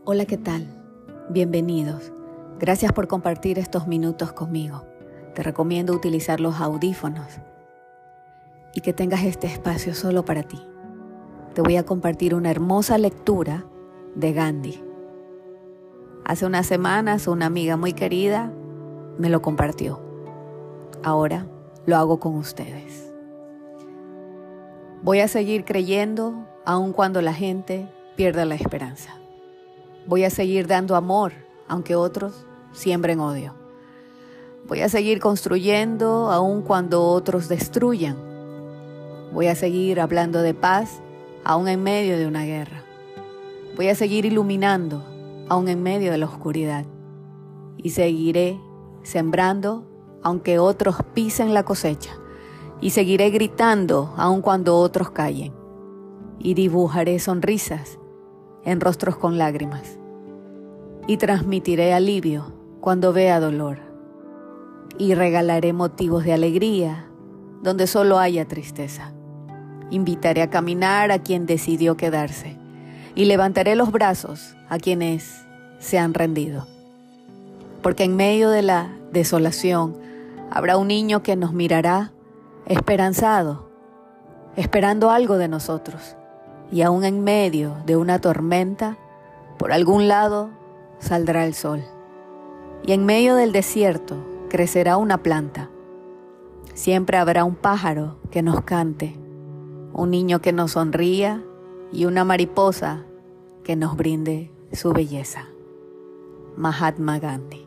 Hola, ¿qué tal? Bienvenidos. Gracias por compartir estos minutos conmigo. Te recomiendo utilizar los audífonos y que tengas este espacio solo para ti. Te voy a compartir una hermosa lectura de Gandhi. Hace unas semanas una amiga muy querida me lo compartió. Ahora lo hago con ustedes. Voy a seguir creyendo aun cuando la gente pierda la esperanza. Voy a seguir dando amor, aunque otros siembren odio. Voy a seguir construyendo, aun cuando otros destruyan. Voy a seguir hablando de paz, aun en medio de una guerra. Voy a seguir iluminando, aun en medio de la oscuridad. Y seguiré sembrando, aunque otros pisen la cosecha. Y seguiré gritando, aun cuando otros callen. Y dibujaré sonrisas en rostros con lágrimas. Y transmitiré alivio cuando vea dolor. Y regalaré motivos de alegría donde solo haya tristeza. Invitaré a caminar a quien decidió quedarse. Y levantaré los brazos a quienes se han rendido. Porque en medio de la desolación habrá un niño que nos mirará esperanzado, esperando algo de nosotros. Y aún en medio de una tormenta, por algún lado saldrá el sol. Y en medio del desierto crecerá una planta. Siempre habrá un pájaro que nos cante, un niño que nos sonría y una mariposa que nos brinde su belleza. Mahatma Gandhi.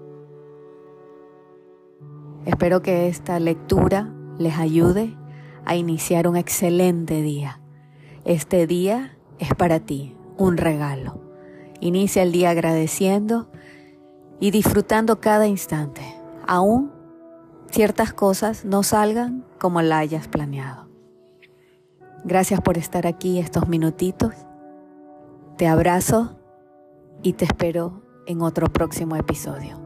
Espero que esta lectura les ayude a iniciar un excelente día. Este día es para ti, un regalo. Inicia el día agradeciendo y disfrutando cada instante, aún ciertas cosas no salgan como la hayas planeado. Gracias por estar aquí estos minutitos. Te abrazo y te espero en otro próximo episodio.